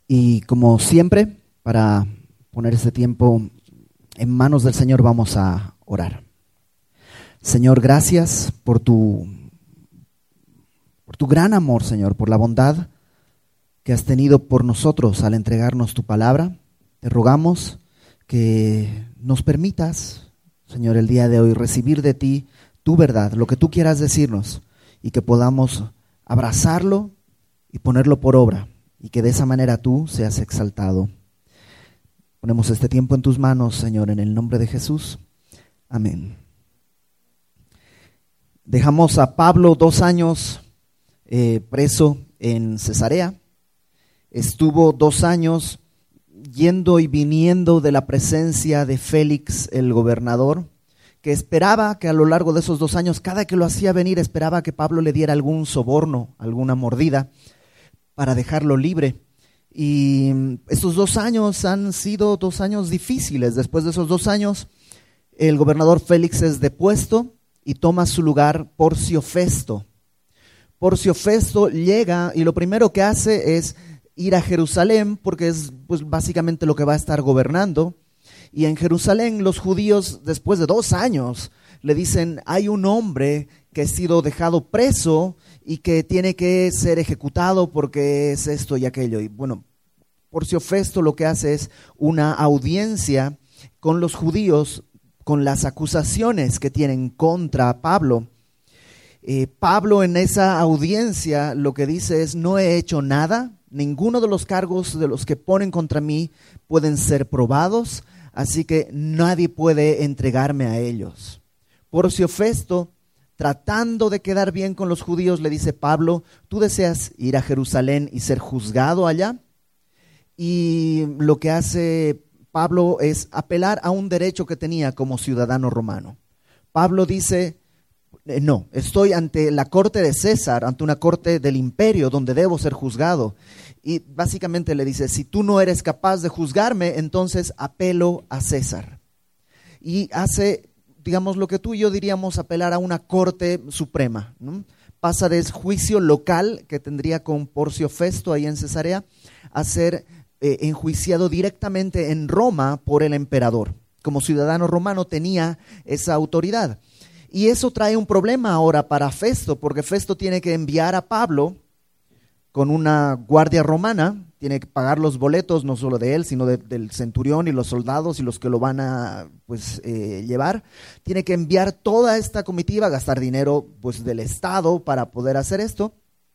Y como siempre, para poner este tiempo en manos del Señor, vamos a orar. Señor, gracias por tu gran amor, Señor, por la bondad que has tenido por nosotros al entregarnos tu palabra. Te rogamos que nos permitas, Señor, el día de hoy recibir de ti tu verdad, lo que tú quieras decirnos, y que podamos abrazarlo y ponerlo por obra, y que de esa manera tú seas exaltado. Ponemos este tiempo en tus manos, Señor, en el nombre de Jesús. Amén. Dejamos a Pablo 2 años preso en Cesarea. Estuvo 2 años yendo y viniendo de la presencia de Félix, el gobernador, que esperaba que a lo largo de esos 2 años, cada que lo hacía venir, esperaba que Pablo le diera algún soborno, alguna mordida, para dejarlo libre. Y estos 2 años han sido 2 años difíciles. Después de esos 2 años, el gobernador Félix es depuesto y toma su lugar Porcio Festo. Porcio Festo llega y lo primero que hace es ir a Jerusalén, porque es pues básicamente lo que va a estar gobernando. Y en Jerusalén los judíos, después de 2 años, le dicen: hay un hombre que ha sido dejado preso y que tiene que ser ejecutado porque es esto y aquello. Y bueno, Porcio Festo lo que hace es una audiencia con los judíos, con las acusaciones que tienen contra Pablo. Pablo en esa audiencia lo que dice es: no he hecho nada, ninguno de los cargos de los que ponen contra mí pueden ser probados, así que nadie puede entregarme a ellos. Porcio Festo, tratando de quedar bien con los judíos, le dice: Pablo, ¿tú deseas ir a Jerusalén y ser juzgado allá? Y lo que hace Pablo es apelar a un derecho que tenía como ciudadano romano. Pablo dice: no, estoy ante la corte de César, ante una corte del imperio donde debo ser juzgado. Y básicamente le dice: si tú no eres capaz de juzgarme, entonces apelo a César. Y hace, digamos, lo que tú y yo diríamos apelar a una corte suprema, ¿no? Pasa del juicio local que tendría con Porcio Festo ahí en Cesarea a ser enjuiciado directamente en Roma por el emperador. Como ciudadano romano tenía esa autoridad. Y eso trae un problema ahora para Festo, porque Festo tiene que enviar a Pablo con una guardia romana, tiene que pagar los boletos no solo de él, sino del centurión y los soldados y los que lo van a llevar. Tiene que enviar toda esta comitiva, gastar dinero pues del Estado para poder hacer esto.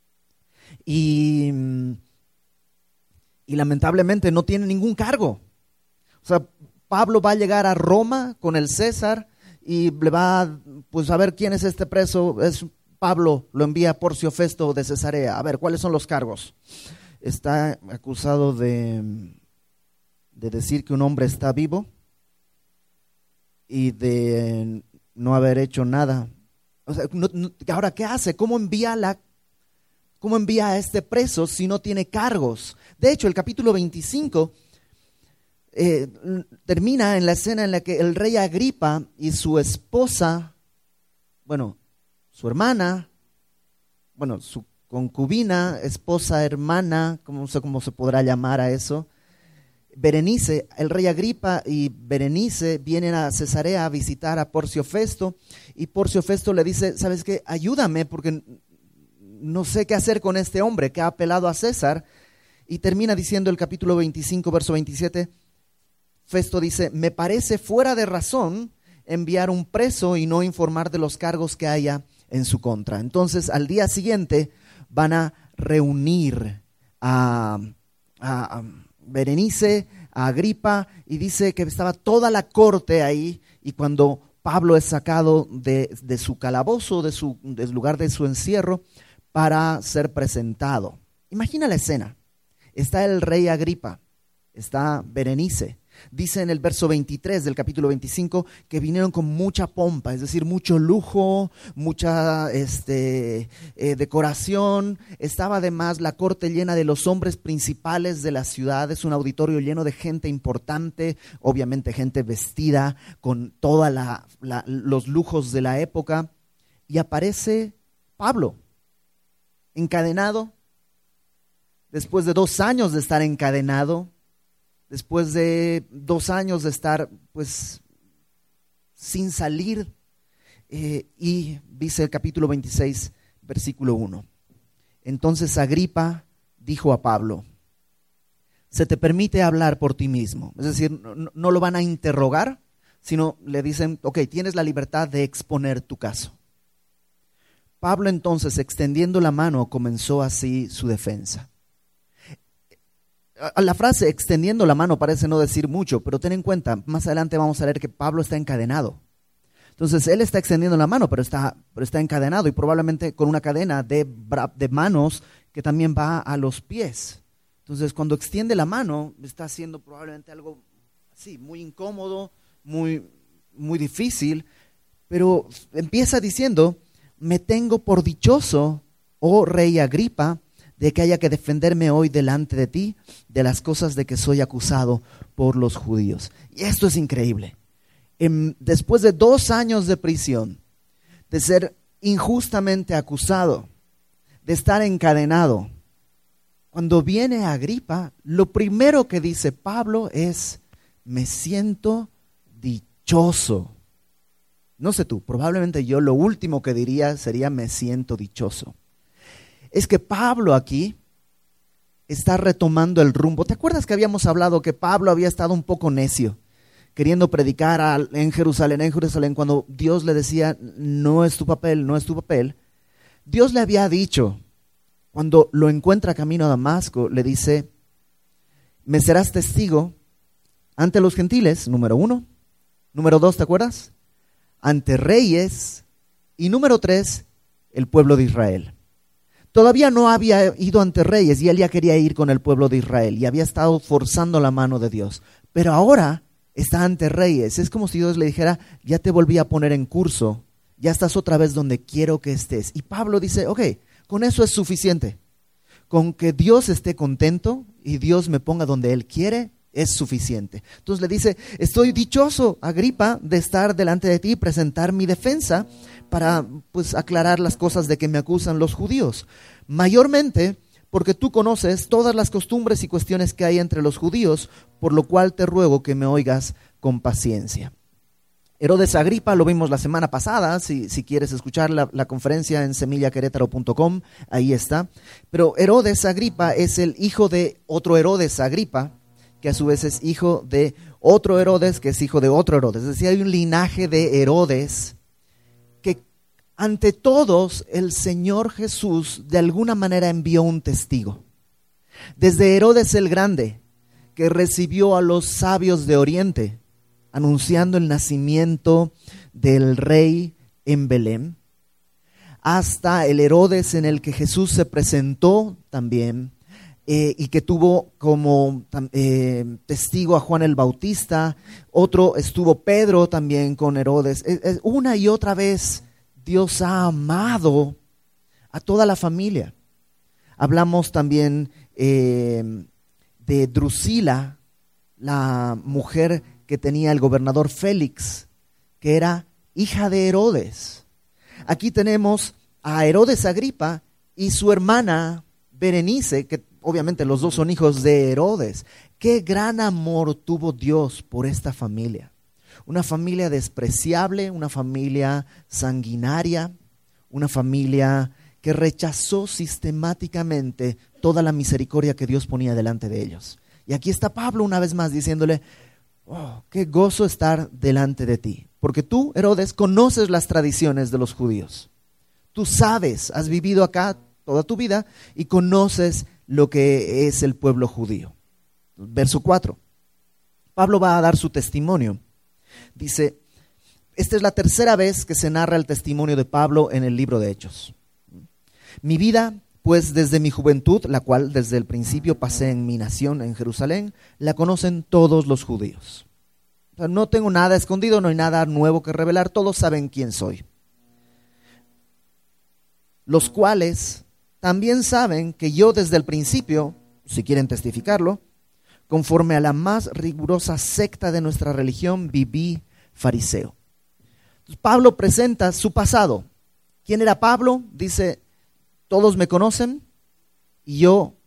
Y lamentablemente no tiene ningún cargo. O sea, Pablo va a llegar a Roma con el César y le va pues a ver quién es este preso. Es Pablo, lo envía Porcio Festo de Cesarea. A ver, ¿cuáles son los cargos? Está acusado de decir que un hombre está vivo y de no haber hecho nada. O sea, ahora, ¿qué hace? ¿Cómo envía a este preso si no tiene cargos? De hecho, el capítulo 25 termina en la escena en la que el rey Agripa y su esposa, su hermana, su concubina, esposa, hermana, no sé cómo se podrá llamar a eso, Berenice, el rey Agripa y Berenice vienen a Cesarea a visitar a Porcio Festo, y Porcio Festo le dice: ¿sabes qué? Ayúdame porque no sé qué hacer con este hombre que ha apelado a César. Y termina diciendo el capítulo 25, verso 27, Festo dice: me parece fuera de razón enviar un preso y no informar de los cargos que haya en su contra. Entonces, al día siguiente van a reunir a Berenice, a Agripa, y dice que estaba toda la corte ahí, y cuando Pablo es sacado de su calabozo, del lugar de su encierro, para ser presentado. Imagina la escena. Está el rey Agripa, está Berenice. Dice en el verso 23 del capítulo 25 que vinieron con mucha pompa, es decir, mucho lujo, mucha decoración. Estaba además la corte llena de los hombres principales de la ciudad. Es un auditorio lleno de gente importante, obviamente gente vestida con todos los lujos de la época. Y aparece Pablo, encadenado, después de 2 años de estar encadenado, después de 2 años de estar pues sin salir, y dice el capítulo 26, versículo 1. Entonces Agripa dijo a Pablo: se te permite hablar por ti mismo. Es decir, no lo van a interrogar, sino le dicen: ok, tienes la libertad de exponer tu caso. Pablo entonces, extendiendo la mano, comenzó así su defensa. La frase extendiendo la mano parece no decir mucho, pero ten en cuenta, más adelante vamos a leer que Pablo está encadenado. Entonces él está extendiendo la mano, pero está encadenado, y probablemente con una cadena de manos que también va a los pies. Entonces cuando extiende la mano está haciendo probablemente algo así, muy incómodo, muy difícil, pero empieza diciendo: me tengo por dichoso, oh rey Agripa, de que haya que defenderme hoy delante de ti de las cosas de que soy acusado por los judíos. Y esto es increíble. Después de 2 años de prisión, de ser injustamente acusado, de estar encadenado, cuando viene Agripa, lo primero que dice Pablo es: me siento dichoso. No sé tú, probablemente yo lo último que diría sería: me siento dichoso. Es que Pablo aquí está retomando el rumbo. ¿Te acuerdas que habíamos hablado que Pablo había estado un poco necio, queriendo predicar en Jerusalén, cuando Dios le decía: no es tu papel, no es tu papel? Dios le había dicho, cuando lo encuentra camino a Damasco, le dice: me serás testigo ante los gentiles, número 1. Número 2, ¿te acuerdas? Ante reyes. Y número 3, el pueblo de Israel. Todavía no había ido ante reyes y él ya quería ir con el pueblo de Israel y había estado forzando la mano de Dios. Pero ahora está ante reyes. Es como si Dios le dijera: ya te volví a poner en curso, ya estás otra vez donde quiero que estés. Y Pablo dice: ok, con eso es suficiente. Con que Dios esté contento y Dios me ponga donde Él quiere, es suficiente. Entonces le dice: estoy dichoso, Agripa, de estar delante de ti y presentar mi defensa para pues aclarar las cosas de que me acusan los judíos. Mayormente porque tú conoces todas las costumbres y cuestiones que hay entre los judíos, por lo cual te ruego que me oigas con paciencia. Herodes Agripa, lo vimos la semana pasada, si quieres escuchar la conferencia en semillaquerétaro.com, ahí está. Pero Herodes Agripa es el hijo de otro Herodes Agripa, que a su vez es hijo de otro Herodes, que es hijo de otro Herodes. Es decir, hay un linaje de Herodes que ante todos el Señor Jesús de alguna manera envió un testigo. Desde Herodes el Grande, que recibió a los sabios de Oriente, anunciando el nacimiento del rey en Belén, hasta el Herodes en el que Jesús se presentó también, y que tuvo como testigo a Juan el Bautista. Otro estuvo Pedro también con Herodes. Una y otra vez Dios ha amado a toda la familia. Hablamos también de Drusila, la mujer que tenía el gobernador Félix, que era hija de Herodes. Aquí tenemos a Herodes Agripa y su hermana Berenice, que obviamente los dos son hijos de Herodes. Qué gran amor tuvo Dios por esta familia. Una familia despreciable, una familia sanguinaria, una familia que rechazó sistemáticamente toda la misericordia que Dios ponía delante de ellos. Y aquí está Pablo una vez más diciéndole: oh, qué gozo estar delante de ti, porque tú, Herodes, conoces las tradiciones de los judíos. Tú sabes, has vivido acá toda tu vida y conoces lo que es el pueblo judío. Verso 4. Pablo va a dar su testimonio. Dice: esta es la tercera vez que se narra el testimonio de Pablo en el libro de Hechos. Mi vida, pues desde mi juventud, la cual desde el principio pasé en mi nación, en Jerusalén, la conocen todos los judíos. O sea, no tengo nada escondido, no hay nada nuevo que revelar, todos saben quién soy. Los cuales también saben que yo desde el principio, si quieren testificarlo, conforme a la más rigurosa secta de nuestra religión, viví fariseo. Entonces, Pablo presenta su pasado. ¿Quién era Pablo? Dice: todos me conocen y yo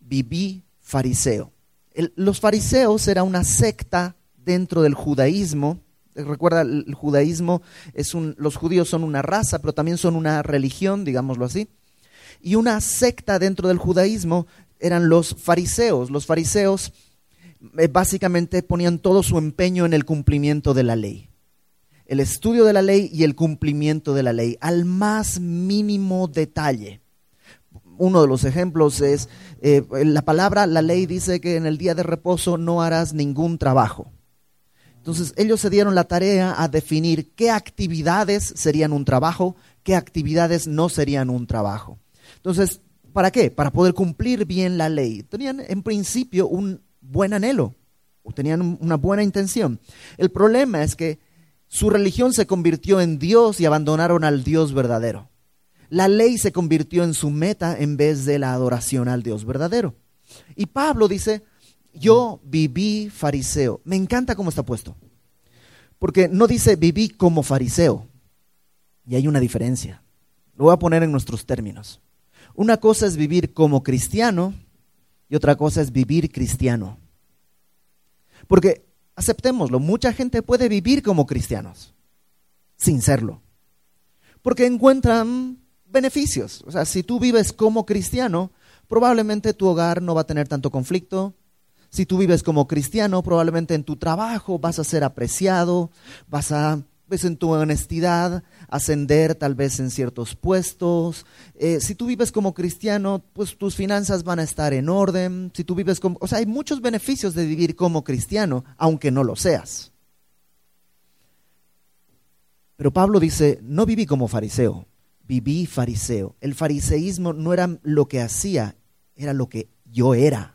viví fariseo. Los fariseos era una secta dentro del judaísmo. Recuerda, el judaísmo los judíos son una raza, pero también son una religión, digámoslo así. Y una secta dentro del judaísmo eran los fariseos. Los fariseos básicamente ponían todo su empeño en el cumplimiento de la ley. El estudio de la ley y el cumplimiento de la ley, al más mínimo detalle. Uno de los ejemplos es, la ley dice que en el día de reposo no harás ningún trabajo. Entonces ellos se dieron la tarea a definir qué actividades serían un trabajo, qué actividades no serían un trabajo. Entonces, ¿para qué? Para poder cumplir bien la ley. Tenían en principio un buen anhelo, o tenían una buena intención. El problema es que su religión se convirtió en Dios y abandonaron al Dios verdadero. La ley se convirtió en su meta en vez de la adoración al Dios verdadero. Y Pablo dice, yo viví fariseo. Me encanta cómo está puesto. Porque no dice viví como fariseo. Y hay una diferencia. Lo voy a poner en nuestros términos. Una cosa es vivir como cristiano y otra cosa es vivir cristiano. Porque, aceptémoslo, mucha gente puede vivir como cristianos sin serlo. Porque encuentran beneficios. O sea, si tú vives como cristiano, probablemente tu hogar no va a tener tanto conflicto. Si tú vives como cristiano, probablemente en tu trabajo vas a ser apreciado, vas a, pues en tu honestidad, ascender tal vez en ciertos puestos. Si tú vives como cristiano, pues tus finanzas van a estar en orden. Si tú vives como, o sea, hay muchos beneficios de vivir como cristiano, aunque no lo seas. Pero Pablo dice, no viví como fariseo, viví fariseo. El fariseísmo no era lo que hacía, era lo que yo era.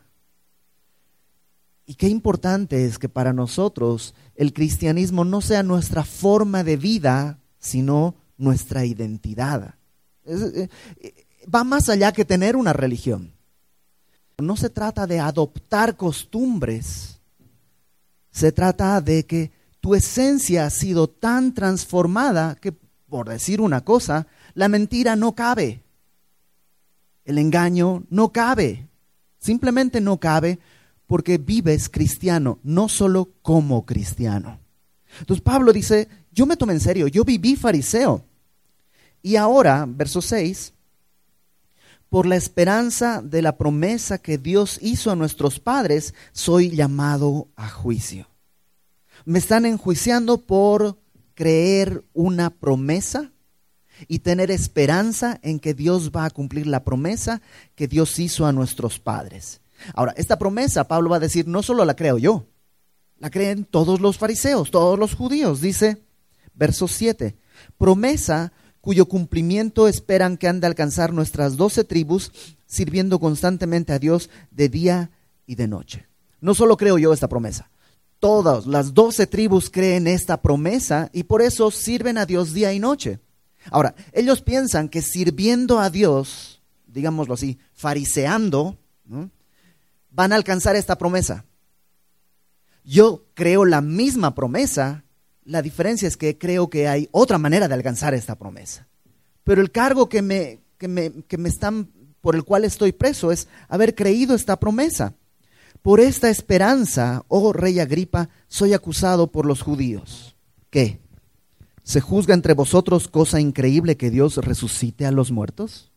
Y qué importante es que para nosotros el cristianismo no sea nuestra forma de vida, sino nuestra identidad. Va más allá que tener una religión. No se trata de adoptar costumbres, se trata de que tu esencia ha sido tan transformada que, por decir una cosa, la mentira no cabe, el engaño no cabe, simplemente no cabe. Porque vives cristiano, no solo como cristiano. Entonces Pablo dice, yo me tomé en serio, yo viví fariseo. Y ahora, verso 6, por la esperanza de la promesa que Dios hizo a nuestros padres, soy llamado a juicio. Me están enjuiciando por creer una promesa y tener esperanza en que Dios va a cumplir la promesa que Dios hizo a nuestros padres. Ahora, esta promesa, Pablo va a decir, no solo la creo yo, la creen todos los fariseos, todos los judíos. Dice, verso 7, promesa cuyo cumplimiento esperan que han de alcanzar nuestras 12 tribus, sirviendo constantemente a Dios de día y de noche. No solo creo yo esta promesa, todas las 12 tribus creen esta promesa y por eso sirven a Dios día y noche. Ahora, ellos piensan que sirviendo a Dios, digámoslo así, fariseando, ¿no?, van a alcanzar esta promesa. Yo creo la misma promesa, la diferencia es que creo que hay otra manera de alcanzar esta promesa. Pero el cargo que me están, por el cual estoy preso es haber creído esta promesa. Por esta esperanza, oh rey Agripa, soy acusado por los judíos. ¿Qué? ¿Se juzga entre vosotros cosa increíble que Dios resucite a los muertos?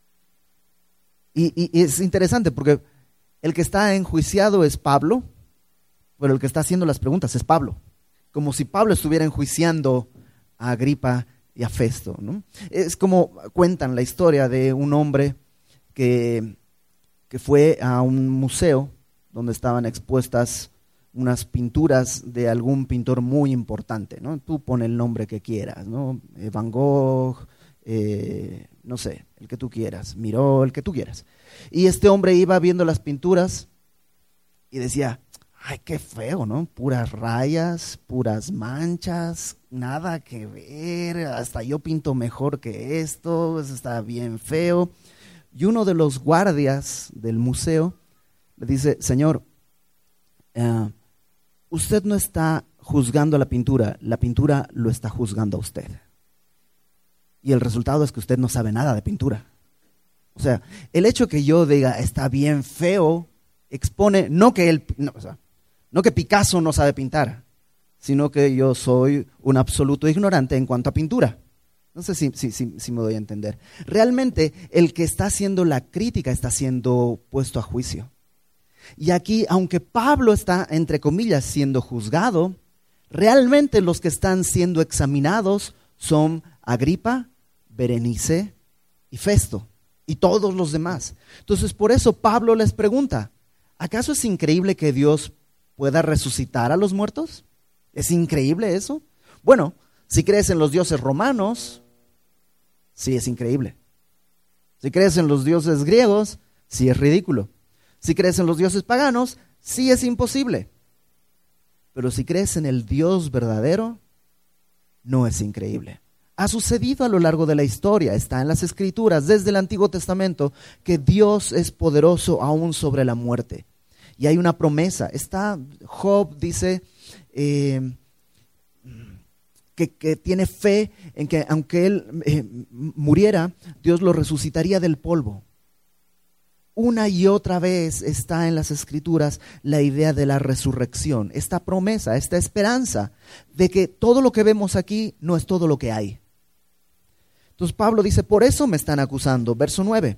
Y es interesante porque el que está enjuiciado es Pablo, pero el que está haciendo las preguntas es Pablo. Como si Pablo estuviera enjuiciando a Agripa y a Festo, ¿no? Es como cuentan la historia de un hombre que fue a un museo donde estaban expuestas unas pinturas de algún pintor muy importante, ¿no? Tú pon el nombre que quieras, ¿no? Van Gogh, no sé, el que tú quieras, Miró, el que tú quieras. Y este hombre iba viendo las pinturas y decía, ay, qué feo, ¿no? Puras rayas, puras manchas, nada que ver, hasta yo pinto mejor que esto, eso está bien feo. Y uno de los guardias del museo le dice, señor, usted no está juzgando la pintura lo está juzgando a usted. Y el resultado es que usted no sabe nada de pintura. O sea, el hecho que yo diga está bien feo expone, no que Picasso no sabe pintar, sino que yo soy un absoluto ignorante en cuanto a pintura. No sé si me doy a entender. Realmente el que está haciendo la crítica está siendo puesto a juicio. Y aquí, aunque Pablo está, entre comillas, siendo juzgado, realmente los que están siendo examinados son Agripa, Berenice y Festo y todos los demás. Entonces, por eso Pablo les pregunta, ¿acaso es increíble que Dios pueda resucitar a los muertos? ¿Es increíble eso? Bueno, si crees en los dioses romanos, sí es increíble. Si crees en los dioses griegos, sí es ridículo. Si crees en los dioses paganos, sí es imposible. Pero si crees en el Dios verdadero, no es increíble. Ha sucedido a lo largo de la historia, está en las Escrituras, desde el Antiguo Testamento, que Dios es poderoso aún sobre la muerte. Y hay una promesa. Job dice que tiene fe en que aunque él muriera, Dios lo resucitaría del polvo. Una y otra vez está en las Escrituras la idea de la resurrección, esta promesa, esta esperanza de que todo lo que vemos aquí no es todo lo que hay. Entonces Pablo dice, por eso me están acusando. Verso 9.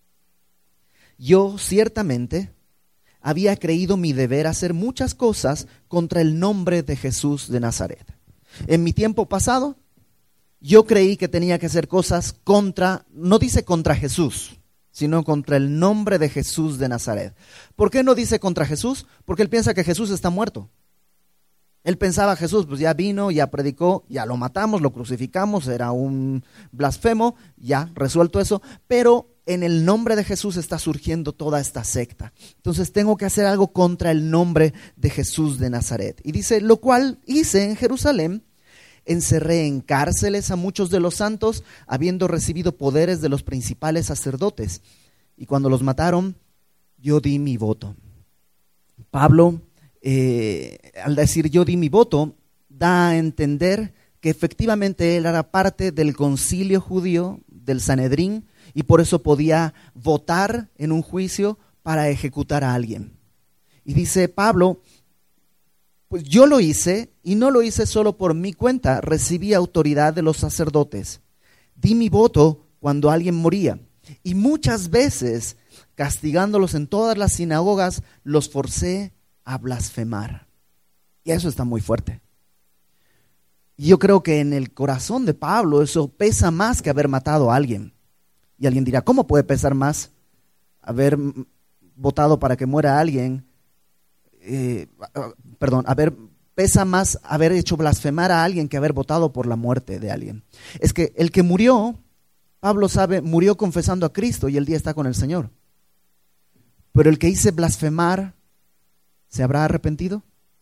Yo ciertamente había creído mi deber hacer muchas cosas contra el nombre de Jesús de Nazaret. En mi tiempo pasado, yo creí que tenía que hacer cosas no dice contra Jesús, sino contra el nombre de Jesús de Nazaret. ¿Por qué no dice contra Jesús? Porque él piensa que Jesús está muerto. Él pensaba, Jesús pues ya vino, ya predicó, ya lo matamos, lo crucificamos, era un blasfemo, ya resuelto eso, pero en el nombre de Jesús está surgiendo toda esta secta. Entonces tengo que hacer algo contra el nombre de Jesús de Nazaret. Y dice, lo cual hice en Jerusalén, encerré en cárceles a muchos de los santos, habiendo recibido poderes de los principales sacerdotes. Y cuando los mataron, yo di mi voto. Pablo, al decir yo di mi voto, da a entender que efectivamente él era parte del concilio judío, del Sanedrín, y por eso podía votar en un juicio para ejecutar a alguien. Y dice Pablo, pues yo lo hice y no lo hice solo por mi cuenta, recibí autoridad de los sacerdotes. Di mi voto cuando alguien moría y muchas veces, castigándolos en todas las sinagogas, los forcé a blasfemar. Y eso está muy fuerte. Y yo creo que en el corazón de Pablo eso pesa más que haber matado a alguien. Y alguien dirá, ¿cómo puede pesar más haber votado para que muera alguien? Pesa más haber hecho blasfemar a alguien que haber votado por la muerte de alguien. Es que el que murió, Pablo sabe, murió confesando a Cristo y el día está con el Señor. Pero el que hice blasfemar, ¿se habrá arrepentido?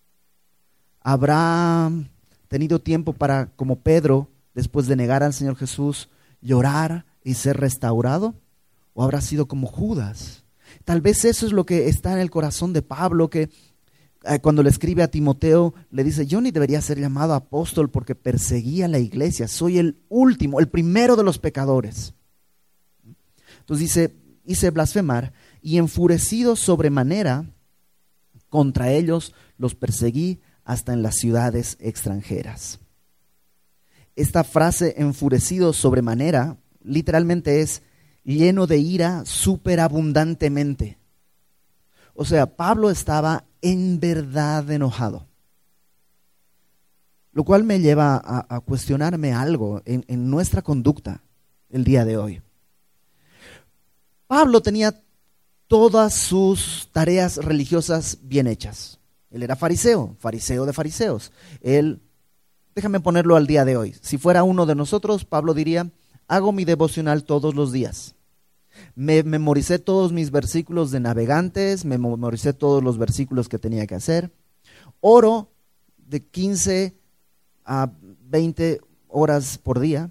¿Habrá tenido tiempo para, como Pedro, después de negar al Señor Jesús, llorar y ser restaurado? ¿O habrá sido como Judas? Tal vez eso es lo que está en el corazón de Pablo, que cuando le escribe a Timoteo, le dice, yo ni debería ser llamado apóstol porque perseguía a la iglesia, soy el último, el primero de los pecadores. Entonces dice, hice blasfemar y enfurecido sobremanera contra ellos, los perseguí hasta en las ciudades extranjeras. Esta frase enfurecido sobremanera literalmente es lleno de ira superabundantemente. O sea, Pablo estaba en verdad enojado. Lo cual me lleva a cuestionarme algo en nuestra conducta el día de hoy. Pablo tenía todas sus tareas religiosas bien hechas. Él era fariseo de fariseos. Déjame ponerlo al día de hoy. Si fuera uno de nosotros, Pablo diría, hago mi devocional todos los días. Me memoricé todos mis versículos de navegantes, me memoricé todos los versículos que tenía que hacer. Oro de 15 a 20 horas por día.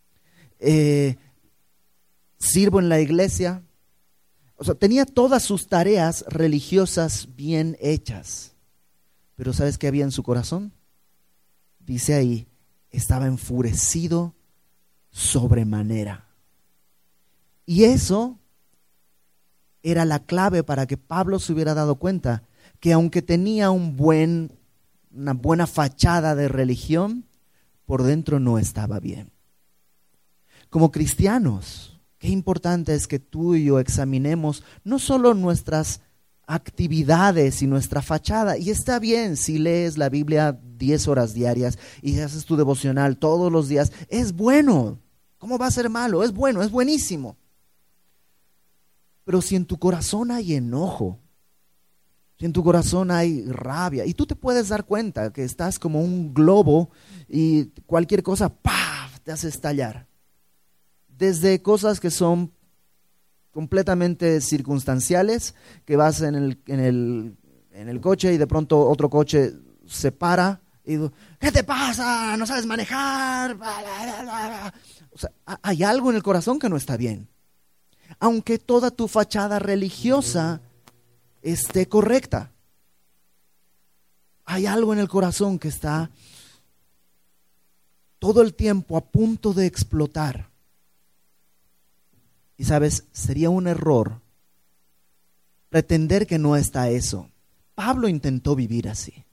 Sirvo en la iglesia. O sea, tenía todas sus tareas religiosas bien hechas. Pero ¿sabes qué había en su corazón? Dice ahí, estaba enfurecido sobremanera. Y eso era la clave para que Pablo se hubiera dado cuenta que aunque tenía una buena fachada de religión, por dentro no estaba bien. Como cristianos, qué importante es que tú y yo examinemos no solo nuestras actividades y nuestra fachada. Y está bien si lees la Biblia 10 horas diarias y haces tu devocional todos los días. Es bueno. ¿Cómo va a ser malo? Es bueno, es buenísimo. Pero si en tu corazón hay enojo, si en tu corazón hay rabia, y tú te puedes dar cuenta que estás como un globo y cualquier cosa, ¡paf!, te hace estallar. Desde cosas que son completamente circunstanciales, que vas en el coche y de pronto otro coche se para y digo, ¿qué te pasa? ¿No sabes manejar? O sea, hay algo en el corazón que no está bien. Aunque toda tu fachada religiosa esté correcta, hay algo en el corazón que está todo el tiempo a punto de explotar. Y sabes, sería un error pretender que no está eso. Pablo intentó vivir así.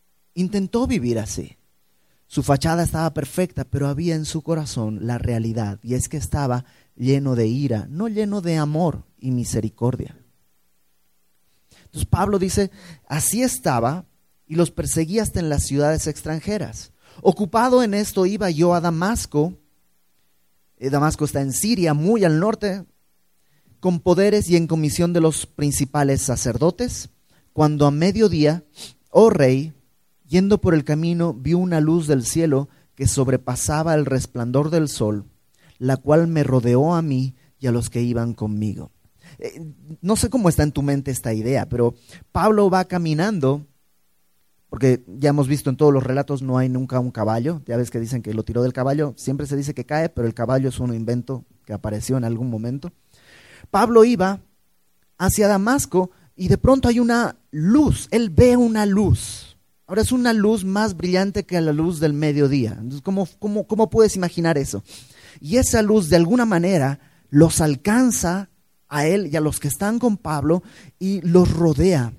Su fachada estaba perfecta, pero había en su corazón la realidad, y es que estaba lleno de ira, no lleno de amor y misericordia. Entonces Pablo dice, así estaba y los perseguía hasta en las ciudades extranjeras. Ocupado en esto iba yo a Damasco. Damasco está en Siria, muy al norte, con poderes y en comisión de los principales sacerdotes, cuando a mediodía, oh rey, yendo por el camino, vi una luz del cielo que sobrepasaba el resplandor del sol, la cual me rodeó a mí y a los que iban conmigo. No sé cómo está en tu mente esta idea, pero Pablo va caminando, porque ya hemos visto en todos los relatos no hay nunca un caballo. Ya ves que dicen que lo tiró del caballo, siempre se dice que cae, pero el caballo es un invento que apareció en algún momento. Pablo iba hacia Damasco y de pronto hay una luz, él ve una luz. Ahora es una luz más brillante que la luz del mediodía. Entonces, ¿cómo puedes imaginar eso? Y esa luz de alguna manera los alcanza a él y a los que están con Pablo y los rodea.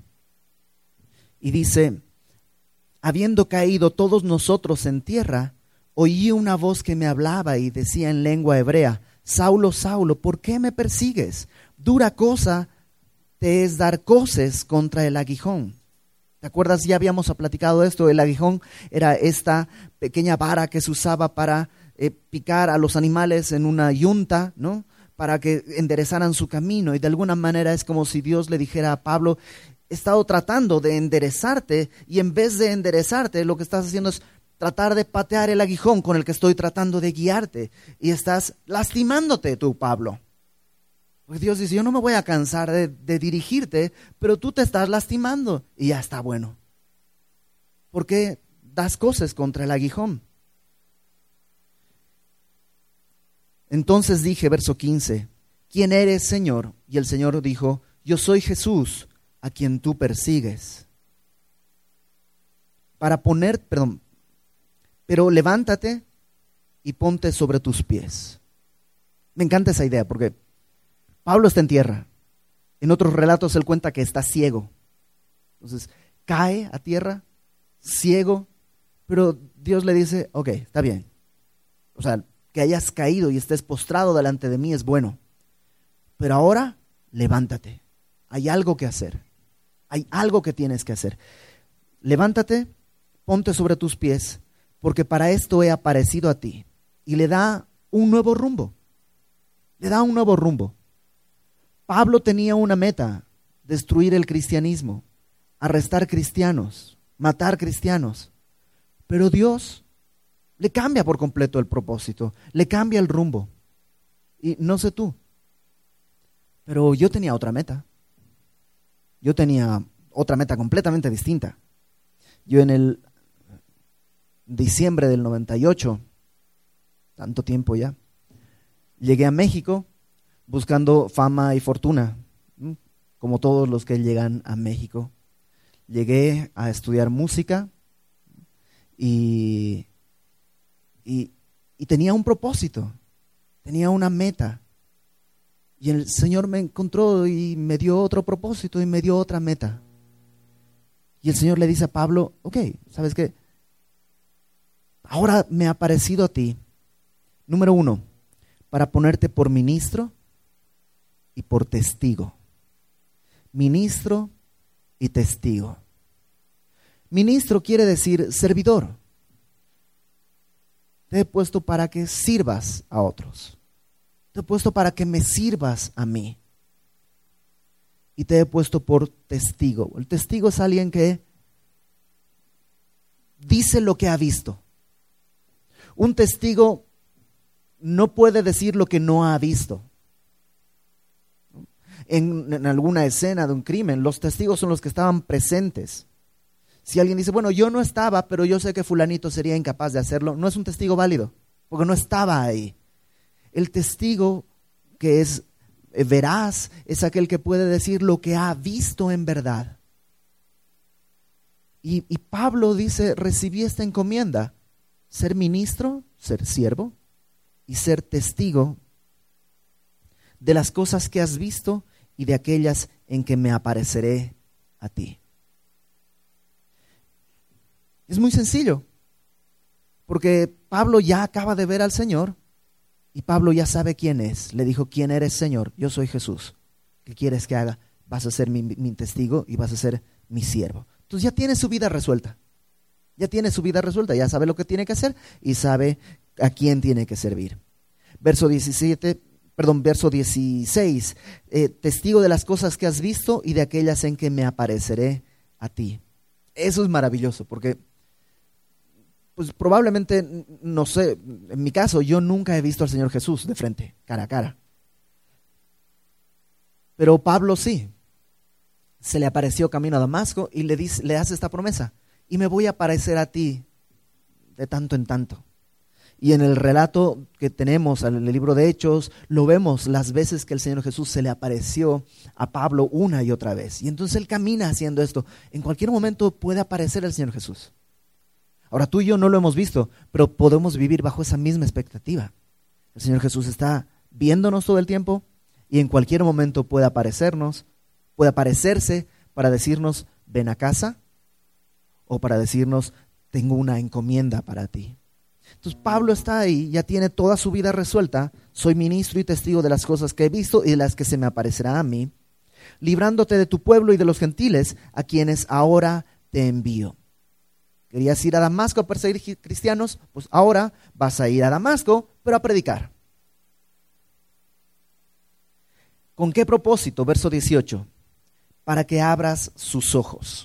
Y dice, habiendo caído todos nosotros en tierra, oí una voz que me hablaba y decía en lengua hebrea, Saulo, Saulo, ¿por qué me persigues? Dura cosa te es dar coces contra el aguijón. ¿Te acuerdas? Ya habíamos platicado esto. El aguijón era esta pequeña vara que se usaba para picar a los animales en una yunta, ¿no? Para que enderezaran su camino. Y de alguna manera es como si Dios le dijera a Pablo, he estado tratando de enderezarte y en vez de enderezarte lo que estás haciendo es tratar de patear el aguijón con el que estoy tratando de guiarte. Y estás lastimándote tú, Pablo. Porque Dios dice, yo no me voy a cansar de dirigirte, pero tú te estás lastimando. Y ya está bueno. ¿Por qué das cosas contra el aguijón? Entonces dije, verso 15, ¿quién eres, Señor? Y el Señor dijo, yo soy Jesús, a quien tú persigues. Pero levántate y ponte sobre tus pies. Me encanta esa idea porque Pablo está en tierra. En otros relatos él cuenta que está ciego. Entonces cae a tierra, ciego, pero Dios le dice, ok, está bien. O sea, que hayas caído y estés postrado delante de mí es bueno. Pero ahora, levántate. Hay algo que hacer. Hay algo que tienes que hacer. Levántate, ponte sobre tus pies, porque para esto he aparecido a ti. Y le da un nuevo rumbo. Le da un nuevo rumbo. Pablo tenía una meta, destruir el cristianismo, arrestar cristianos, matar cristianos. Pero Dios le cambia por completo el propósito, le cambia el rumbo. Y no sé tú, pero yo tenía otra meta. Yo tenía otra meta completamente distinta. Yo en el diciembre del 98, tanto tiempo ya, llegué a México buscando fama y fortuna, como todos los que llegan a México. Llegué a estudiar música y tenía un propósito, tenía una meta. Y el Señor me encontró y me dio otro propósito y me dio otra meta. Y el Señor le dice a Pablo, ok, ¿sabes qué? Ahora me ha aparecido a ti, número 1, para ponerte por ministro y por testigo. Ministro y testigo. Ministro quiere decir servidor. Te he puesto para que sirvas a otros. Te he puesto para que me sirvas a mí. Y te he puesto por testigo. El testigo es alguien que dice lo que ha visto. Un testigo no puede decir lo que no ha visto. En alguna escena de un crimen, los testigos son los que estaban presentes. Si alguien dice, bueno, yo no estaba, pero yo sé que fulanito sería incapaz de hacerlo, no es un testigo válido, porque no estaba ahí. El testigo que es veraz es aquel que puede decir lo que ha visto en verdad. Y Pablo dice, recibí esta encomienda, ser ministro, ser siervo y ser testigo de las cosas que has visto y de aquellas en que me apareceré a ti. Es muy sencillo, porque Pablo ya acaba de ver al Señor y Pablo ya sabe quién es. Le dijo, ¿quién eres, Señor? Yo soy Jesús. ¿Qué quieres que haga? Vas a ser mi testigo y vas a ser mi siervo. Entonces ya tiene su vida resuelta. Ya tiene su vida resuelta, ya sabe lo que tiene que hacer y sabe a quién tiene que servir. Verso 16, testigo de las cosas que has visto y de aquellas en que me apareceré a ti. Eso es maravilloso, porque pues probablemente, no sé, en mi caso, yo nunca he visto al Señor Jesús de frente, cara a cara. Pero Pablo sí. Se le apareció camino a Damasco y le hace esta promesa. Y me voy a aparecer a ti de tanto en tanto. Y en el relato que tenemos en el libro de Hechos, lo vemos las veces que el Señor Jesús se le apareció a Pablo una y otra vez. Y entonces él camina haciendo esto. En cualquier momento puede aparecer el Señor Jesús. Ahora tú y yo no lo hemos visto, pero podemos vivir bajo esa misma expectativa. El Señor Jesús está viéndonos todo el tiempo y en cualquier momento puede aparecerse para decirnos, ven a casa, o para decirnos, tengo una encomienda para ti. Entonces Pablo está ahí, ya tiene toda su vida resuelta, soy ministro y testigo de las cosas que he visto y de las que se me aparecerá a mí, librándote de tu pueblo y de los gentiles, a quienes ahora te envío. ¿Querías ir a Damasco a perseguir cristianos? Pues ahora vas a ir a Damasco, pero a predicar. ¿Con qué propósito? Verso 18. Para que abras sus ojos.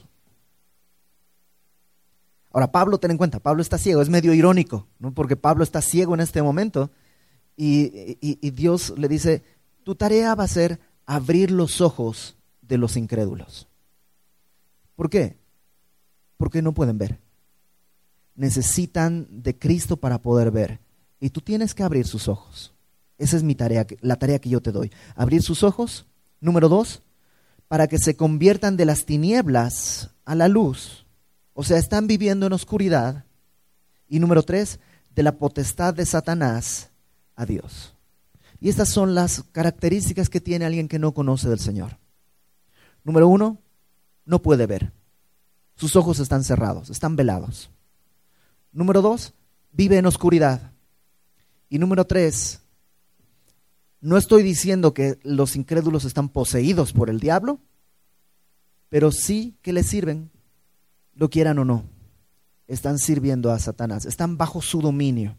Ahora, Pablo, ten en cuenta, Pablo está ciego, es medio irónico, ¿no? Porque Pablo está ciego en este momento y Dios le dice, tu tarea va a ser abrir los ojos de los incrédulos. ¿Por qué? Porque no pueden ver. Necesitan de Cristo para poder ver. Y tú tienes que abrir sus ojos. Esa es mi tarea, la tarea que yo te doy. Abrir sus ojos. Número 2, para que se conviertan de las tinieblas a la luz. O sea, están viviendo en oscuridad. Y número 3, de la potestad de Satanás a Dios. Y estas son las características que tiene alguien que no conoce del Señor. Número 1, no puede ver. Sus ojos están cerrados, están velados. Número 2, vive en oscuridad. Y número 3, no estoy diciendo que los incrédulos están poseídos por el diablo, pero sí que les sirven, lo quieran o no. Están sirviendo a Satanás, están bajo su dominio.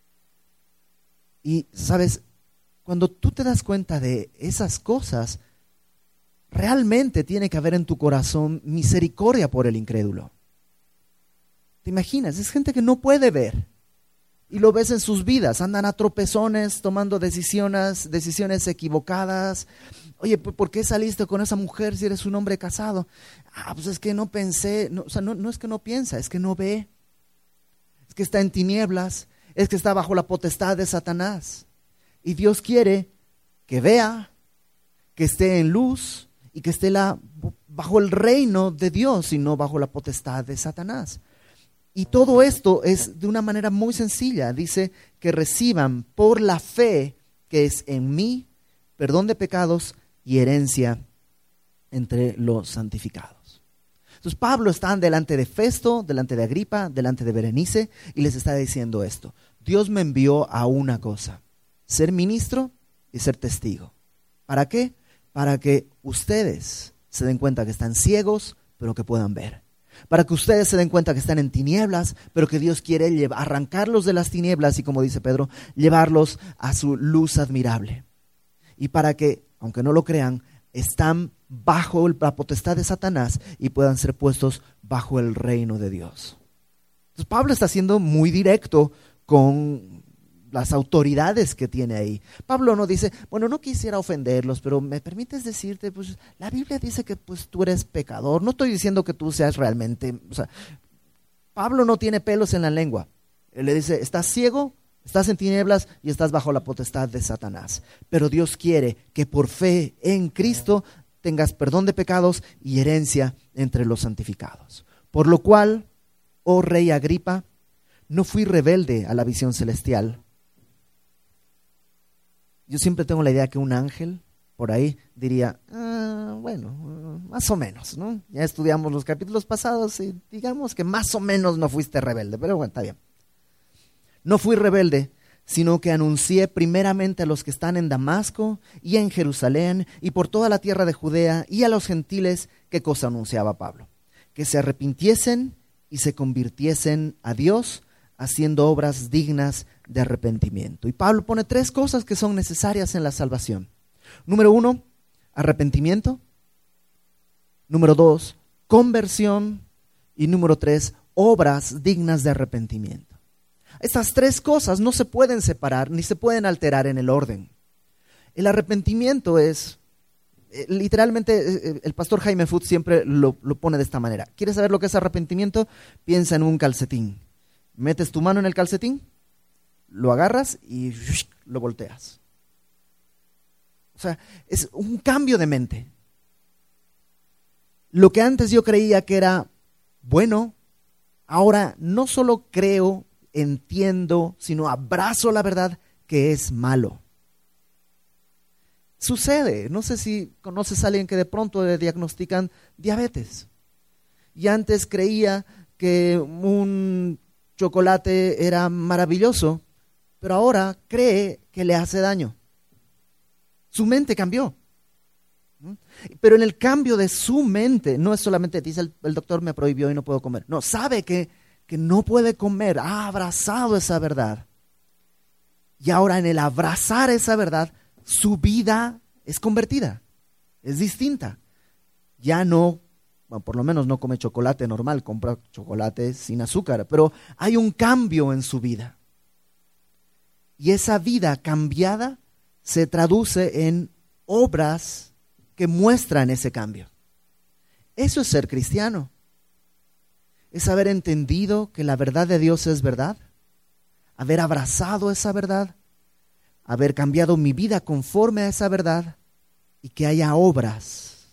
Y, ¿sabes? Cuando tú te das cuenta de esas cosas, realmente tiene que haber en tu corazón misericordia por el incrédulo. ¿Te imaginas? Es gente que no puede ver. Y lo ves en sus vidas, andan a tropezones, tomando decisiones equivocadas. Oye, ¿por qué saliste con esa mujer si eres un hombre casado? Pues es que no pensé, no es que no piensa, es que no ve. Es que está en tinieblas, es que está bajo la potestad de Satanás. Y Dios quiere que vea, que esté en luz y que esté bajo el reino de Dios y no bajo la potestad de Satanás. Y todo esto es de una manera muy sencilla. Dice que reciban por la fe que es en mí perdón de pecados y herencia entre los santificados. Entonces Pablo está delante de Festo, delante de Agripa, delante de Berenice y les está diciendo esto: Dios me envió a una cosa, ser ministro y ser testigo. ¿Para qué? Para que ustedes se den cuenta que están ciegos, pero que puedan ver. Para que ustedes se den cuenta que están en tinieblas, pero que Dios quiere arrancarlos de las tinieblas y, como dice Pedro, llevarlos a su luz admirable. Y para que, aunque no lo crean, están bajo la potestad de Satanás y puedan ser puestos bajo el reino de Dios. Entonces Pablo está siendo muy directo con las autoridades que tiene ahí. Pablo no dice, bueno, no quisiera ofenderlos, pero me permites decirte, pues la Biblia dice que pues tú eres pecador. No estoy diciendo que tú seas realmente, Pablo no tiene pelos en la lengua. Él le dice, estás ciego, estás en tinieblas y estás bajo la potestad de Satanás. Pero Dios quiere que por fe en Cristo tengas perdón de pecados y herencia entre los santificados. Por lo cual, oh rey Agripa, no fui rebelde a la visión celestial. Yo siempre tengo la idea que un ángel por ahí diría, bueno, más o menos, ¿no? Ya estudiamos los capítulos pasados y digamos que más o menos no fuiste rebelde, pero bueno, está bien. No fui rebelde, sino que anuncié primeramente a los que están en Damasco y en Jerusalén y por toda la tierra de Judea y a los gentiles. ¿Qué cosa anunciaba Pablo? Que se arrepintiesen y se convirtiesen a Dios, haciendo obras dignas de arrepentimiento. Y Pablo pone 3 cosas que son necesarias en la salvación. Número 1, arrepentimiento. Número 2, conversión. Y número 3, obras dignas de arrepentimiento. Estas 3 cosas no se pueden separar ni se pueden alterar en el orden. El arrepentimiento es, literalmente, el pastor Jaime Foot siempre lo pone de esta manera. ¿Quieres saber lo que es arrepentimiento? Piensa en un calcetín. Metes tu mano en el calcetín, lo agarras y lo volteas. O sea, es un cambio de mente. Lo que antes yo creía que era bueno, ahora no solo creo, entiendo, sino abrazo la verdad que es malo. Sucede, no sé si conoces a alguien que de pronto le diagnostican diabetes. Y antes creía que un chocolate era maravilloso, pero ahora cree que le hace daño. Su mente cambió. Pero en el cambio de su mente, no es solamente dice el doctor me prohibió y no puedo comer. No, sabe que no puede comer, ha abrazado esa verdad. Y ahora en el abrazar esa verdad, su vida es convertida, es distinta. Ya no, bueno, por lo menos no come chocolate normal, compra chocolate sin azúcar, pero hay un cambio en su vida. Y esa vida cambiada se traduce en obras que muestran ese cambio. Eso es ser cristiano. Es haber entendido que la verdad de Dios es verdad, haber abrazado esa verdad, haber cambiado mi vida conforme a esa verdad y que haya obras.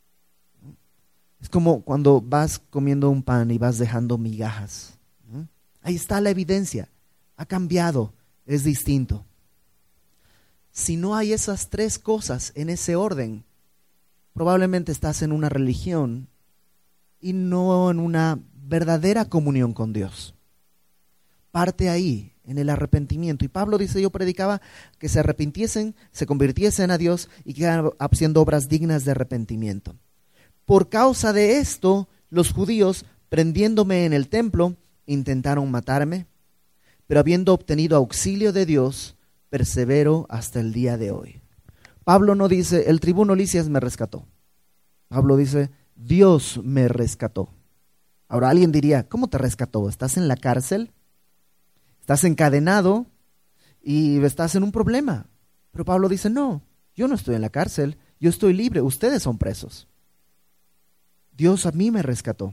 Es como cuando vas comiendo un pan y vas dejando migajas. Ahí está la evidencia, ha cambiado, es distinto. Si no hay esas 3 cosas en ese orden, probablemente estás en una religión y no en una verdadera comunión con Dios. Parte ahí, en el arrepentimiento. Y Pablo dice, yo predicaba que se arrepintiesen, se convirtiesen a Dios y que hagan haciendo obras dignas de arrepentimiento. Por causa de esto, los judíos, prendiéndome en el templo, intentaron matarme, pero habiendo obtenido auxilio de Dios, persevero hasta el día de hoy. Pablo no dice, el tribuno Lisias me rescató. Pablo dice, Dios me rescató. Ahora alguien diría, ¿cómo te rescató? ¿Estás en la cárcel? ¿Estás encadenado? Y estás en un problema. Pero Pablo dice, no, yo no estoy en la cárcel, yo estoy libre, ustedes son presos. Dios a mí me rescató.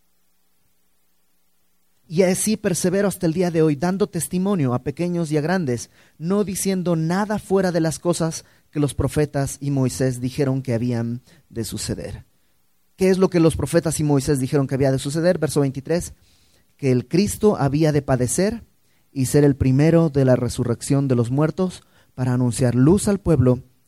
Y así persevero hasta el día de hoy, dando testimonio a pequeños y a grandes, no diciendo nada fuera de las cosas que los profetas y Moisés dijeron que habían de suceder. ¿Qué es lo que los profetas y Moisés dijeron que había de suceder? Verso 23, que el Cristo había de padecer y ser el primero de la resurrección de los muertos para anunciar luz al pueblo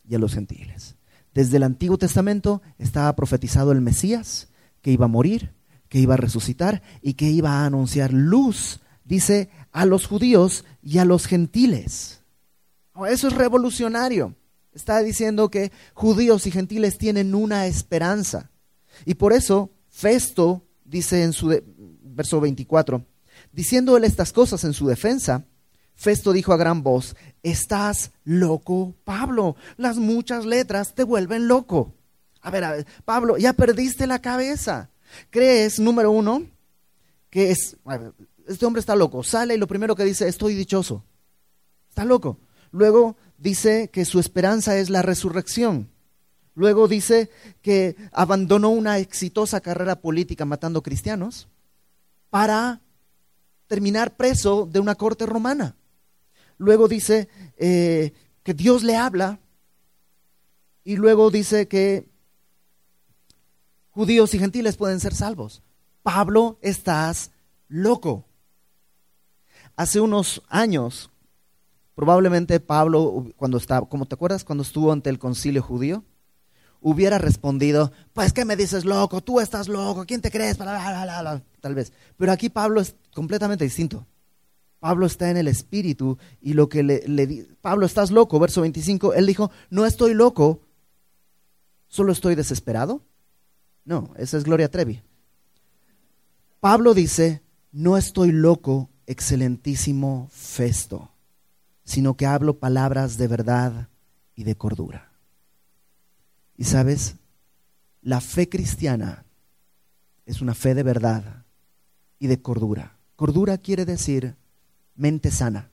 y a los gentiles. Desde el Antiguo Testamento estaba profetizado el Mesías, que iba a morir, que iba a resucitar y que iba a anunciar luz, dice, a los judíos y a los gentiles. Eso es revolucionario. Está diciendo que judíos y gentiles tienen una esperanza. Y por eso Festo dice en su verso 24, diciendo él estas cosas en su defensa, Festo dijo a gran voz, estás loco, Pablo, las muchas letras te vuelven loco. A ver, Pablo, ya perdiste la cabeza. ¿Crees, número uno, que este hombre está loco? Sale y lo primero que dice, estoy dichoso. Está loco. Luego dice que su esperanza es la resurrección. Luego dice que abandonó una exitosa carrera política matando cristianos para terminar preso de una corte romana. Luego dice que Dios le habla y luego dice que judíos y gentiles pueden ser salvos. Pablo, estás loco. Hace unos años, probablemente Pablo, ¿cómo te acuerdas cuando estuvo ante el concilio judío? Hubiera respondido, pues ¿qué me dices loco? Tú estás loco, ¿quién te crees? Tal vez. Pero aquí Pablo es completamente distinto. Pablo está en el espíritu y lo que Pablo, estás loco, verso 25, él dijo, no estoy loco, solo estoy desesperado. No, esa es Gloria Trevi. Pablo dice, no estoy loco, excelentísimo Festo, sino que hablo palabras de verdad y de cordura. Y sabes, la fe cristiana es una fe de verdad y de cordura. Cordura quiere decir mente sana.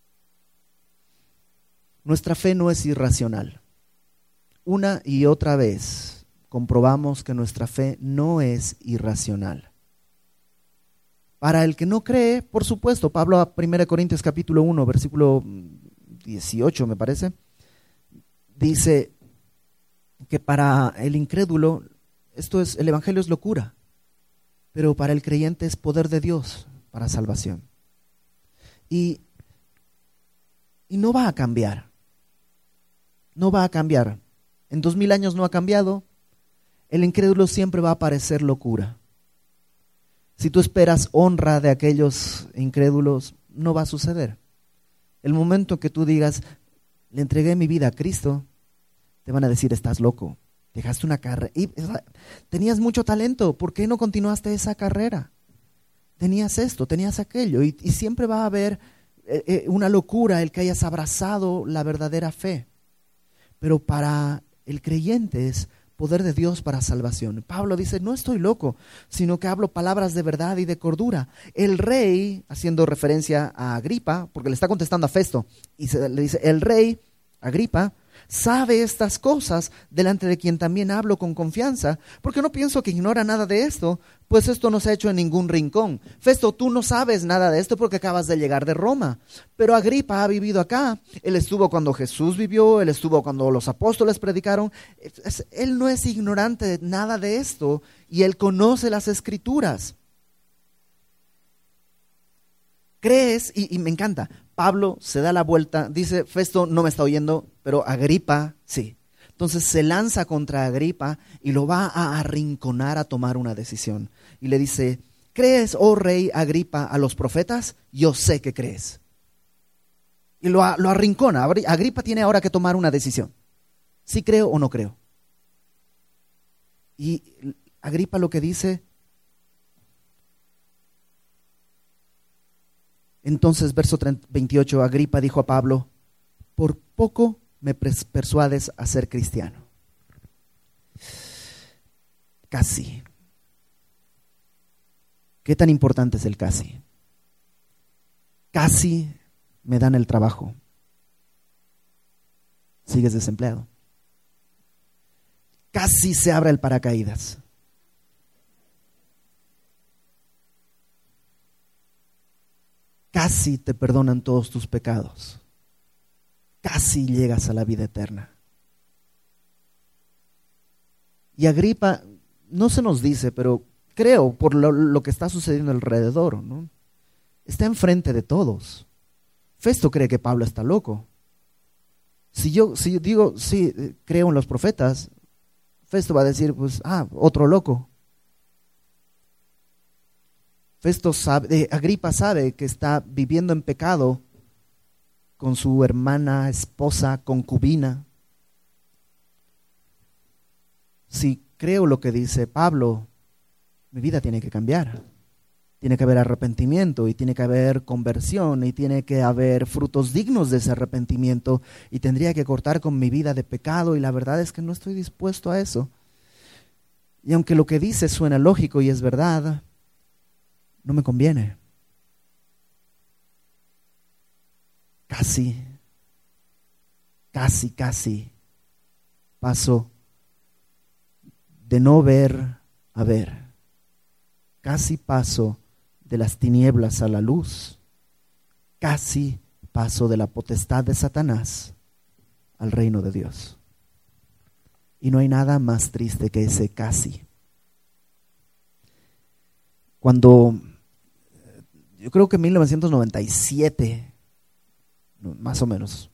Nuestra fe no es irracional. Una y otra vez comprobamos que nuestra fe no es irracional. Para el que no cree, por supuesto, Pablo a 1 Corintios capítulo 1, versículo 18 me parece, dice que para el incrédulo el evangelio es locura, pero para el creyente es poder de Dios para salvación. Y no va a cambiar. No va a cambiar. En 2000 años no ha cambiado. El incrédulo siempre va a parecer locura. Si tú esperas honra de aquellos incrédulos, no va a suceder. El momento que tú digas, le entregué mi vida a Cristo, te van a decir, estás loco. Dejaste una carrera. Tenías mucho talento. ¿Por qué no continuaste esa carrera? Tenías esto, tenías aquello, y siempre va a haber una locura el que hayas abrazado la verdadera fe. Pero para el creyente es poder de Dios para salvación. Pablo dice, no estoy loco, sino que hablo palabras de verdad y de cordura. El rey, haciendo referencia a Agripa, porque le está contestando a Festo, y le dice, el rey Agripa sabe estas cosas, delante de quien también hablo con confianza, porque no pienso que ignora nada de esto, pues esto no se ha hecho en ningún rincón. Festo, tú no sabes nada de esto porque acabas de llegar de Roma, pero Agripa ha vivido acá. Él estuvo cuando Jesús vivió, él estuvo cuando los apóstoles predicaron. Él no es ignorante de nada de esto y él conoce las escrituras. ¿Crees? Y me encanta. Pablo se da la vuelta, dice, Festo no me está oyendo, pero Agripa sí. Entonces se lanza contra Agripa y lo va a arrinconar a tomar una decisión. Y le dice, ¿crees, oh rey Agripa, a los profetas? Yo sé que crees. Y lo arrincona. Agripa tiene ahora que tomar una decisión. ¿Sí creo o no creo? Y Agripa lo que dice, entonces verso 28, Agripa dijo a Pablo, por poco me persuades a ser cristiano. Casi. ¿Qué tan importante es el casi? Casi me dan el trabajo. Sigues desempleado. Casi se abre el paracaídas. Casi te perdonan todos tus pecados. Casi llegas a la vida eterna. Y Agripa, no se nos dice, pero creo por lo que está sucediendo alrededor, ¿no? Está enfrente de todos. Festo cree que Pablo está loco. Si yo digo, sí, creo en los profetas, Festo va a decir, pues, otro loco. Agripa sabe que está viviendo en pecado con su hermana, esposa, concubina. Si creo lo que dice Pablo, mi vida tiene que cambiar. Tiene que haber arrepentimiento y tiene que haber conversión y tiene que haber frutos dignos de ese arrepentimiento y tendría que cortar con mi vida de pecado y la verdad es que no estoy dispuesto a eso. Y aunque lo que dice suena lógico y es verdad, no me conviene. Casi paso de no ver a ver. Casi paso de las tinieblas a la luz. Casi paso de la potestad de Satanás al reino de Dios. Y no hay nada más triste que ese casi. Cuando, yo creo que en 1997, más o menos,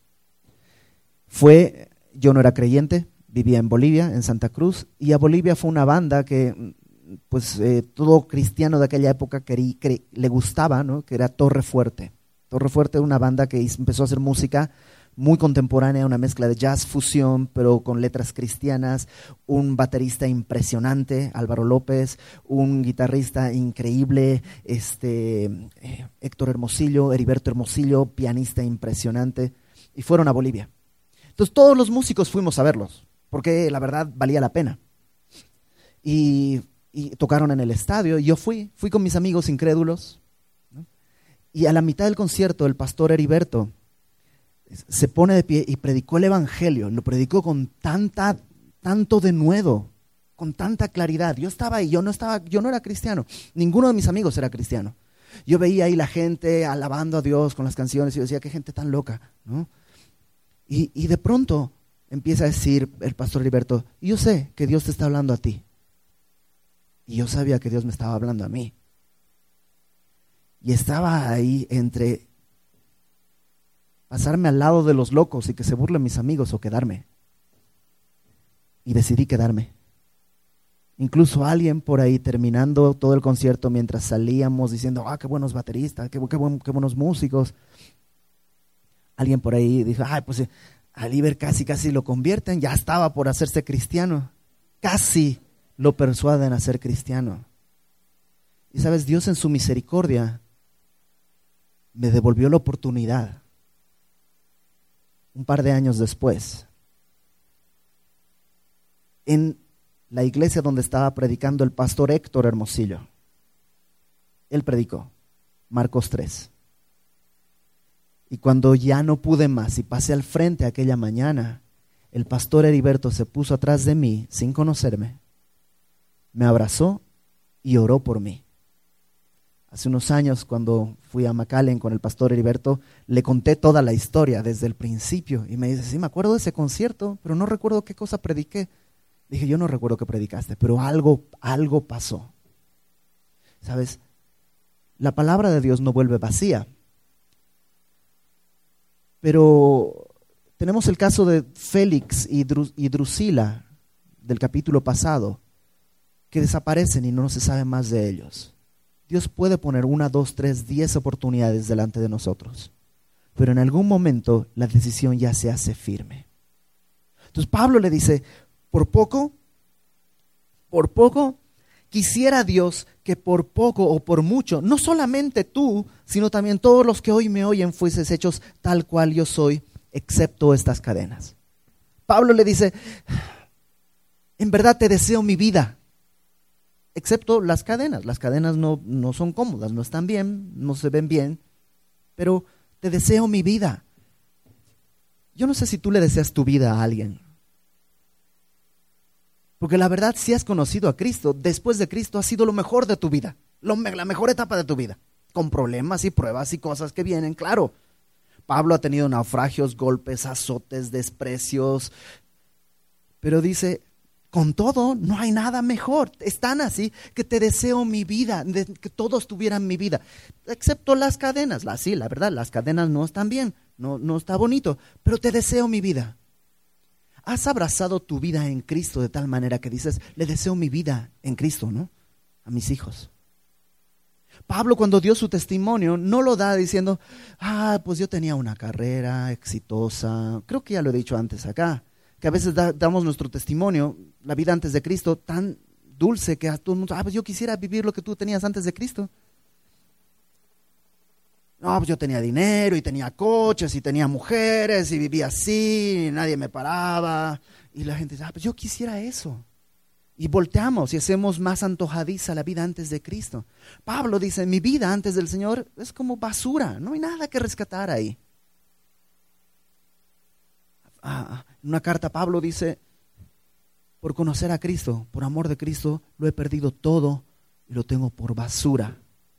yo no era creyente, vivía en Bolivia, en Santa Cruz, y a Bolivia fue una banda que pues todo cristiano de aquella época le gustaba, ¿no? Que era Torre Fuerte. Torre Fuerte, una banda que empezó a hacer música muy contemporánea, una mezcla de jazz fusión, pero con letras cristianas, un baterista impresionante, Álvaro López, un guitarrista increíble, Héctor Hermosillo, Heriberto Hermosillo, pianista impresionante, y fueron a Bolivia. Entonces todos los músicos fuimos a verlos, porque la verdad valía la pena. Y tocaron en el estadio, y yo fui con mis amigos incrédulos, ¿no? Y a la mitad del concierto el pastor Heriberto se pone de pie y predicó el evangelio, lo predicó con tanto denuedo, con tanta claridad. Yo estaba ahí, yo no era cristiano, ninguno de mis amigos era cristiano. Yo veía ahí la gente alabando a Dios con las canciones y yo decía, qué gente tan loca, ¿no? Y de pronto empieza a decir el pastor Heriberto, yo sé que Dios te está hablando a ti. Y yo sabía que Dios me estaba hablando a mí. Y estaba ahí entre pasarme al lado de los locos y que se burlen mis amigos o quedarme. Y decidí quedarme. Incluso alguien por ahí terminando todo el concierto mientras salíamos diciendo, qué buenos bateristas, qué buenos músicos. Alguien por ahí dijo, pues al Iber casi lo convierten, ya estaba por hacerse cristiano. Casi lo persuaden a ser cristiano. Y sabes, Dios en su misericordia me devolvió la oportunidad un par de años después en la iglesia donde estaba predicando el pastor Héctor Hermosillo. Él predicó Marcos 3. Y cuando ya no pude más y pasé al frente aquella mañana, el pastor Heriberto se puso atrás de mí sin conocerme, me abrazó y oró por mí. Hace unos años, cuando fui a McAllen con el pastor Heriberto, le conté toda la historia desde el principio. Y me dice, sí, me acuerdo de ese concierto, pero no recuerdo qué cosa prediqué. Dije, yo no recuerdo qué predicaste, pero algo pasó. ¿Sabes? La palabra de Dios no vuelve vacía. Pero tenemos el caso de Félix y Drusila del capítulo pasado, que desaparecen y no se sabe más de ellos. Dios puede poner 1, 2, 3, 10 oportunidades delante de nosotros, pero en algún momento la decisión ya se hace firme. Entonces Pablo le dice, por poco, quisiera Dios que por poco o por mucho, no solamente tú, sino también todos los que hoy me oyen fueses hechos tal cual yo soy, excepto estas cadenas. Pablo le dice, en verdad te deseo mi vida, excepto las cadenas. Las cadenas no son cómodas, no están bien, no se ven bien, pero te deseo mi vida. Yo no sé si tú le deseas tu vida a alguien. Porque la verdad, si has conocido a Cristo, después de Cristo ha sido lo mejor de tu vida, la mejor etapa de tu vida, con problemas y pruebas y cosas que vienen, claro. Pablo ha tenido naufragios, golpes, azotes, desprecios, pero dice, con todo, no hay nada mejor. Es tan así que te deseo mi vida, que todos tuvieran mi vida, excepto las cadenas. Sí, la verdad, las cadenas no están bien, no está bonito, pero te deseo mi vida. Has abrazado tu vida en Cristo de tal manera que dices, le deseo mi vida en Cristo, ¿no? A mis hijos. Pablo, cuando dio su testimonio, no lo da diciendo, pues yo tenía una carrera exitosa. Creo que ya lo he dicho antes acá, que a veces damos nuestro testimonio, la vida antes de Cristo, tan dulce que a todo el mundo, pues yo quisiera vivir lo que tú tenías antes de Cristo. No, pues yo tenía dinero y tenía coches y tenía mujeres y vivía así y nadie me paraba. Y la gente dice, pues yo quisiera eso. Y volteamos y hacemos más antojadiza la vida antes de Cristo. Pablo dice, mi vida antes del Señor es como basura, no hay nada que rescatar ahí. En una carta Pablo dice, por conocer a Cristo, por amor de Cristo, lo he perdido todo y lo tengo por basura.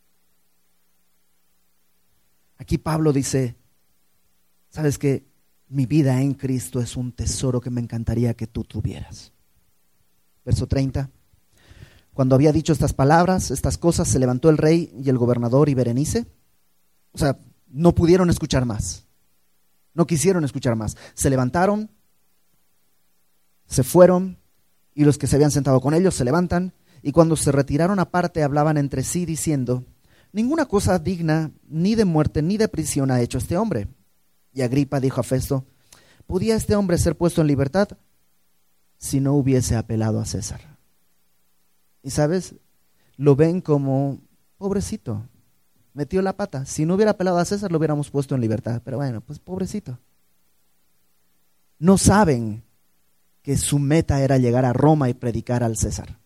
Aquí Pablo dice, ¿sabes qué? Mi vida en Cristo es un tesoro que me encantaría que tú tuvieras. Verso 30. Cuando había dicho estas palabras, estas cosas, se levantó el rey y el gobernador y Berenice. O sea, no pudieron escuchar más. No quisieron escuchar más. Se levantaron, se fueron, y los que se habían sentado con ellos se levantan, y cuando se retiraron aparte hablaban entre sí diciendo, ninguna cosa digna ni de muerte ni de prisión ha hecho este hombre. Y Agripa dijo a Festo, ¿podía este hombre ser puesto en libertad si no hubiese apelado a César? Y sabes, lo ven como, pobrecito, metió la pata. Si no hubiera apelado a César lo hubiéramos puesto en libertad, pero bueno, pues pobrecito. No saben que su meta era llegar a Roma y predicar al César.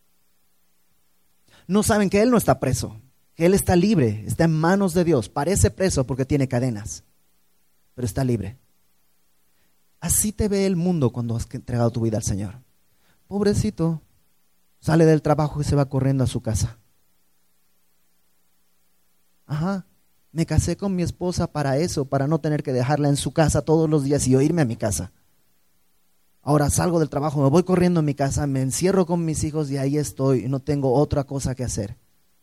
No saben que él no está preso, que él está libre, está en manos de Dios. Parece preso porque tiene cadenas, pero está libre. Así te ve el mundo cuando has entregado tu vida al Señor. Pobrecito, sale del trabajo y se va corriendo a su casa. Me casé con mi esposa para eso, para no tener que dejarla en su casa todos los días y yo irme a mi casa. Ahora salgo del trabajo, me voy corriendo a mi casa, me encierro con mis hijos y ahí estoy y no tengo otra cosa que hacer.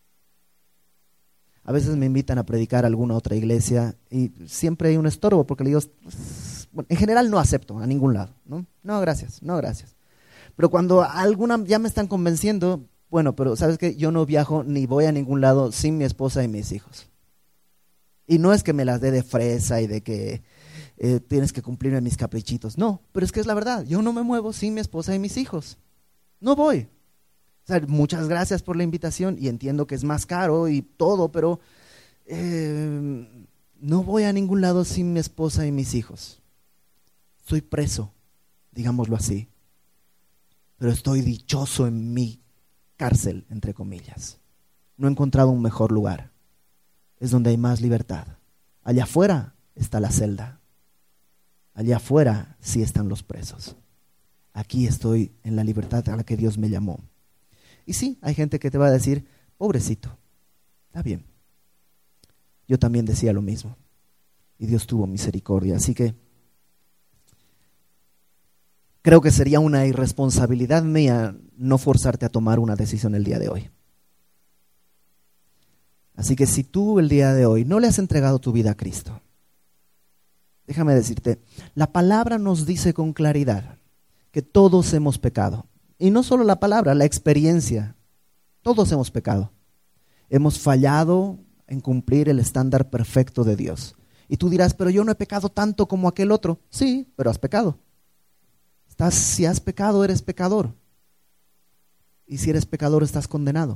A veces me invitan a predicar a alguna otra iglesia y siempre hay un estorbo porque le digo, bueno, en general no acepto a ningún lado, ¿no? No, gracias, no, gracias. Pero cuando alguna ya me están convenciendo, bueno, pero ¿sabes qué? Yo no viajo ni voy a ningún lado sin mi esposa y mis hijos. Y no es que me las dé de fresa y de que tienes que cumplirme mis caprichitos. No, pero es que es la verdad. Yo no me muevo sin mi esposa y mis hijos. No voy. O sea, muchas gracias por la invitación y entiendo que es más caro y todo, pero no voy a ningún lado sin mi esposa y mis hijos. Estoy preso, digámoslo así. Pero estoy dichoso en mi cárcel, entre comillas. No he encontrado un mejor lugar. Es donde hay más libertad. Allá afuera está la celda. Allá afuera sí están los presos. Aquí estoy en la libertad a la que Dios me llamó. Y sí, hay gente que te va a decir, pobrecito, está bien. Yo también decía lo mismo. Y Dios tuvo misericordia. Así que creo que sería una irresponsabilidad mía no forzarte a tomar una decisión el día de hoy. Así que si tú el día de hoy no le has entregado tu vida a Cristo, déjame decirte, la palabra nos dice con claridad que todos hemos pecado. Y no solo la palabra, la experiencia. Todos hemos pecado. Hemos fallado en cumplir el estándar perfecto de Dios. Y tú dirás, pero yo no he pecado tanto como aquel otro. Sí, pero has pecado. Si has pecado, eres pecador. Y si eres pecador, estás condenado.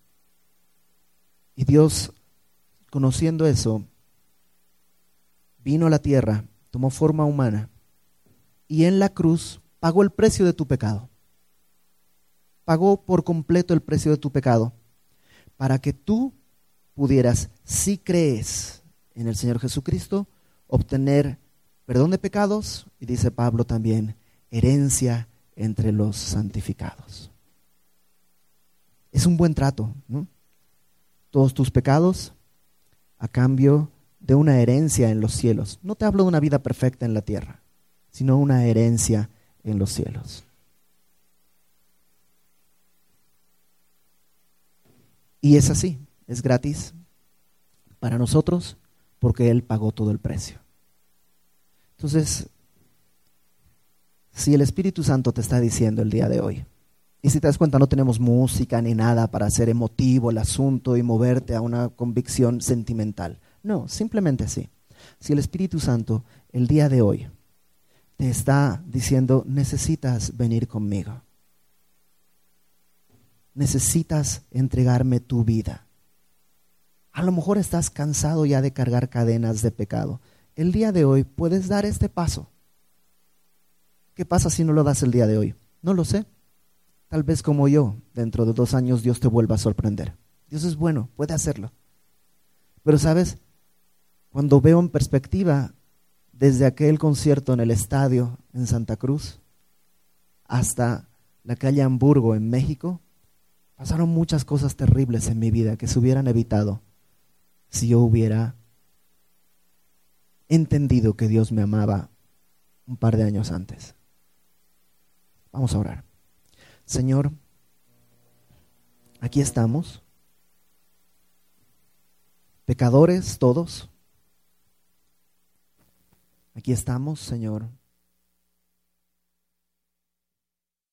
Y Dios, conociendo eso, vino a la tierra, tomó forma humana y en la cruz pagó el precio de tu pecado. Pagó por completo el precio de tu pecado para que tú pudieras, si crees en el Señor Jesucristo, obtener perdón de pecados y, dice Pablo también, herencia entre los santificados. Es un buen trato, ¿no? Todos tus pecados a cambio de una herencia en los cielos. No te hablo de una vida perfecta en la tierra, sino una herencia en los cielos. Y es así, es gratis para nosotros porque Él pagó todo el precio. Entonces, si el Espíritu Santo te está diciendo el día de hoy, y si te das cuenta no tenemos música ni nada para hacer emotivo el asunto y moverte a una convicción sentimental. No, simplemente así. Si el Espíritu Santo el día de hoy te está diciendo, necesitas venir conmigo. Necesitas entregarme tu vida. A lo mejor estás cansado ya de cargar cadenas de pecado. El día de hoy puedes dar este paso. ¿Qué pasa si no lo das el día de hoy? No lo sé. Tal vez como yo, dentro de 2 años Dios te vuelva a sorprender. Dios es bueno, puede hacerlo. Pero ¿sabes? Cuando veo en perspectiva, desde aquel concierto en el estadio en Santa Cruz hasta la calle Hamburgo en México, pasaron muchas cosas terribles en mi vida que se hubieran evitado si yo hubiera entendido que Dios me amaba un par de años antes. Vamos a orar. Señor, aquí estamos, pecadores todos. Aquí estamos, Señor,